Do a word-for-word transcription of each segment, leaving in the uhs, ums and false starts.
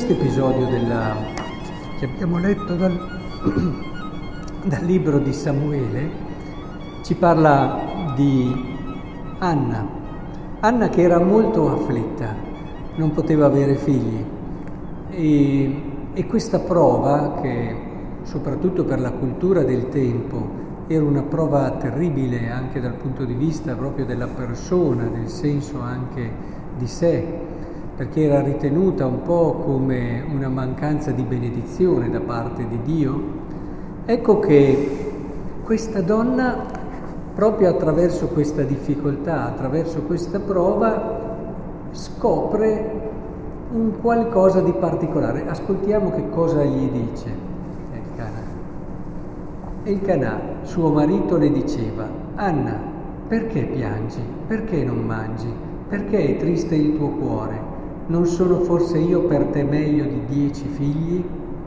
questo episodio della, che abbiamo letto dal, dal libro di Samuele ci parla di Anna. Anna che era molto afflitta, non poteva avere figli e, e questa prova, che soprattutto per la cultura del tempo era una prova terribile anche dal punto di vista proprio della persona, del senso anche di sé, perché era ritenuta un po' come una mancanza di benedizione da parte di Dio. Ecco che questa donna, proprio attraverso questa difficoltà, attraverso questa prova, scopre un qualcosa di particolare. Ascoltiamo che cosa gli dice Elcana. Elcana, suo marito, le diceva: Anna, perché piangi? Perché non mangi? Perché è triste il tuo cuore? Non sono forse io per te meglio di dieci figli?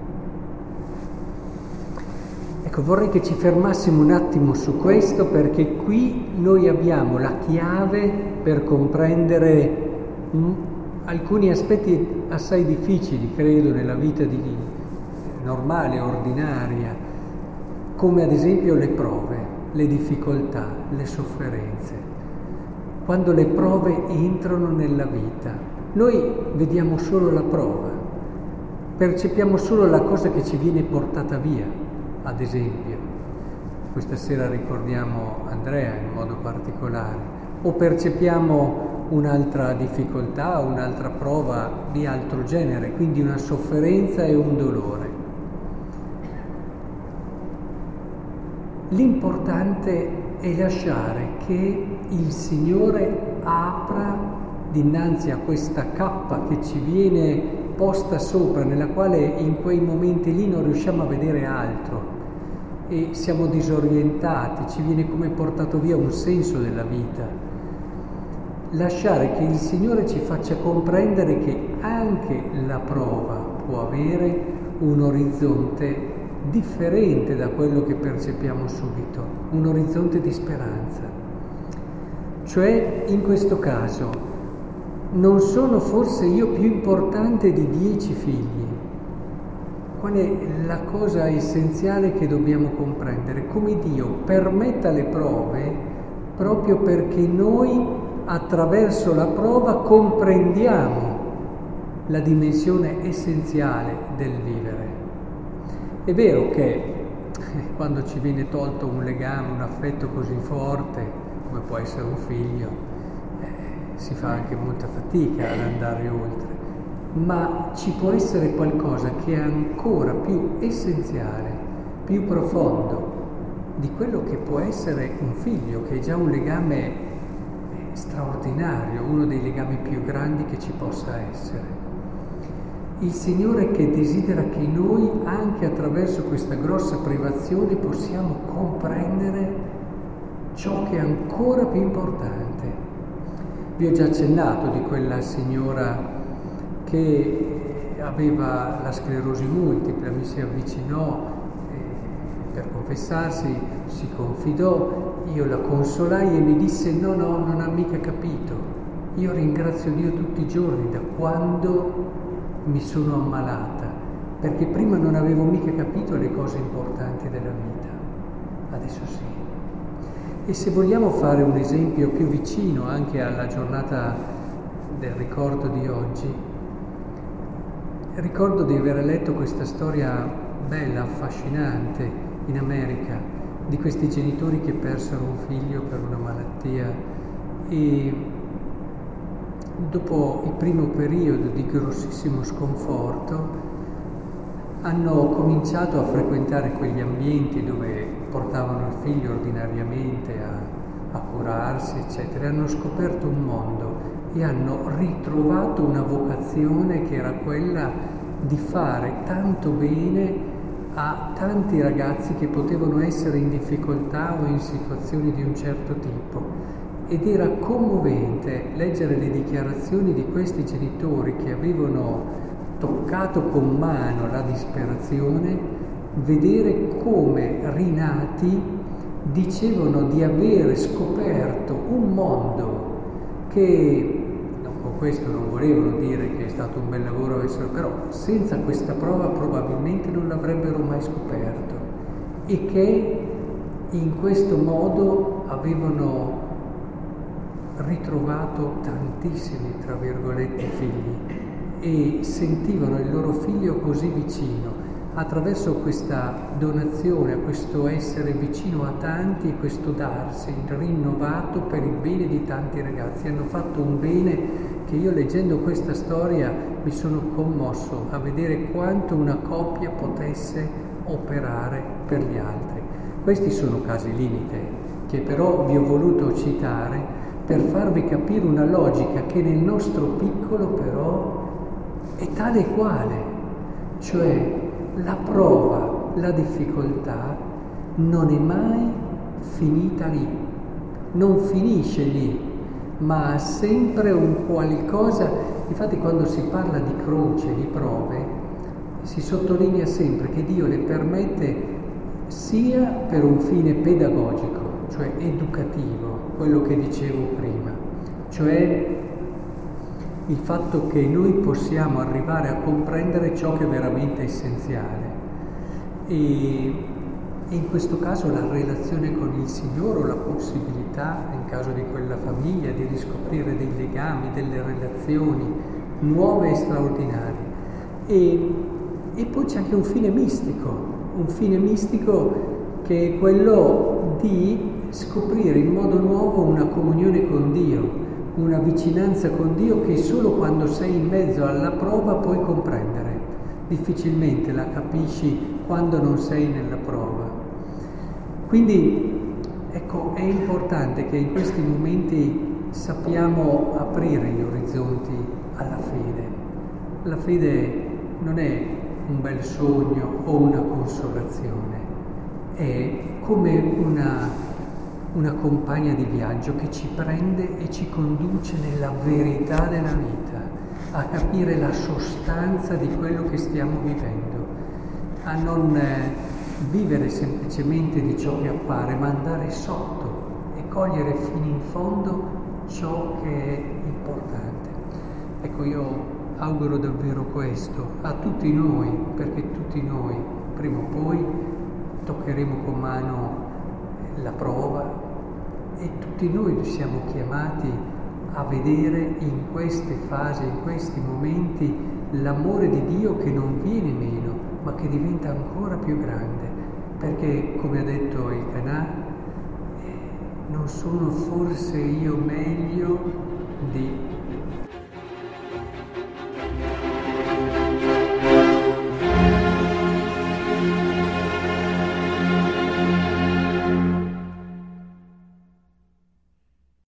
Ecco, vorrei che ci fermassimo un attimo su questo, perché qui noi abbiamo la chiave per comprendere mh, alcuni aspetti assai difficili, credo, nella vita di, normale, ordinaria, come ad esempio le prove, le difficoltà, le sofferenze. Quando le prove entrano nella vita, noi vediamo solo la prova, percepiamo solo la cosa che ci viene portata via. Ad esempio, questa sera ricordiamo Andrea in modo particolare, o percepiamo un'altra difficoltà, un'altra prova di altro genere, quindi una sofferenza e un dolore. L'importante è lasciare che il Signore apra dinanzi a questa cappa che ci viene posta sopra, nella quale in quei momenti lì non riusciamo a vedere altro e siamo disorientati, ci viene come portato via un senso della vita. Lasciare che il Signore ci faccia comprendere che anche la prova può avere un orizzonte differente da quello che percepiamo subito, un orizzonte di speranza. Cioè, in questo caso, non sono forse io più importante di dieci figli? Qual è la cosa essenziale che dobbiamo comprendere? Come Dio permetta le prove proprio perché noi attraverso la prova comprendiamo la dimensione essenziale del vivere. È vero che quando ci viene tolto un legame, un affetto così forte come può essere un figlio, si fa anche molta fatica ad andare oltre, ma ci può essere qualcosa che è ancora più essenziale, più profondo di quello che può essere un figlio, che è già un legame straordinario, uno dei legami più grandi che ci possa essere. Il Signore che desidera che noi, anche attraverso questa grossa privazione, possiamo comprendere ciò che è ancora più importante. Vi ho già accennato di quella signora che aveva la sclerosi multipla, mi si avvicinò eh, per confessarsi, si confidò, io la consolai e mi disse: no, no, non ha mica capito, io ringrazio Dio tutti i giorni da quando mi sono ammalata, perché prima non avevo mica capito le cose importanti della vita, adesso sì. E se vogliamo fare un esempio più vicino anche alla giornata del ricordo di oggi, ricordo di aver letto questa storia bella, affascinante in America, di questi genitori che persero un figlio per una malattia e dopo il primo periodo di grossissimo sconforto hanno cominciato a frequentare quegli ambienti dove portavano il figlio ordinariamente a, a curarsi, eccetera. Hanno scoperto un mondo e hanno ritrovato una vocazione che era quella di fare tanto bene a tanti ragazzi che potevano essere in difficoltà o in situazioni di un certo tipo. Ed era commovente leggere le dichiarazioni di questi genitori che avevano toccato con mano la disperazione, vedere come rinati dicevano di avere scoperto un mondo che non con questo non volevano dire che è stato un bel lavoro, però senza questa prova probabilmente non l'avrebbero mai scoperto, e che in questo modo avevano ritrovato tantissimi, tra virgolette, figli, e sentivano il loro figlio così vicino attraverso questa donazione, questo essere vicino a tanti, questo darsi rinnovato per il bene di tanti ragazzi. Hanno fatto un bene che io, leggendo questa storia, mi sono commosso a vedere quanto una coppia potesse operare per gli altri. Questi sono casi limite che però vi ho voluto citare per farvi capire una logica che nel nostro piccolo però è tale e quale, cioè la prova, la difficoltà non è mai finita lì, non finisce lì, ma ha sempre un qualcosa. Infatti quando si parla di croce, di prove, si sottolinea sempre che Dio le permette sia per un fine pedagogico, cioè educativo, quello che dicevo prima, cioè il fatto che noi possiamo arrivare a comprendere ciò che è veramente essenziale, e in questo caso la relazione con il Signore, o la possibilità, in caso di quella famiglia, di riscoprire dei legami, delle relazioni nuove e straordinarie. E, e poi c'è anche un fine mistico, un fine mistico che è quello di scoprire in modo nuovo una comunione con Dio, una vicinanza con Dio che solo quando sei in mezzo alla prova puoi comprendere. Difficilmente la capisci quando non sei nella prova. Quindi, ecco, è importante che in questi momenti sappiamo aprire gli orizzonti alla fede. La fede non è un bel sogno o una consolazione, è come una una compagna di viaggio che ci prende e ci conduce nella verità della vita, a capire la sostanza di quello che stiamo vivendo, a non eh, vivere semplicemente di ciò che appare, ma andare sotto e cogliere fino in fondo ciò che è importante. Ecco, io auguro davvero questo a tutti noi, perché tutti noi prima o poi toccheremo con mano la prova, e tutti noi siamo chiamati a vedere in queste fasi, in questi momenti, l'amore di Dio che non viene meno, ma che diventa ancora più grande, perché, come ha detto il Canà, eh, non sono forse io meglio di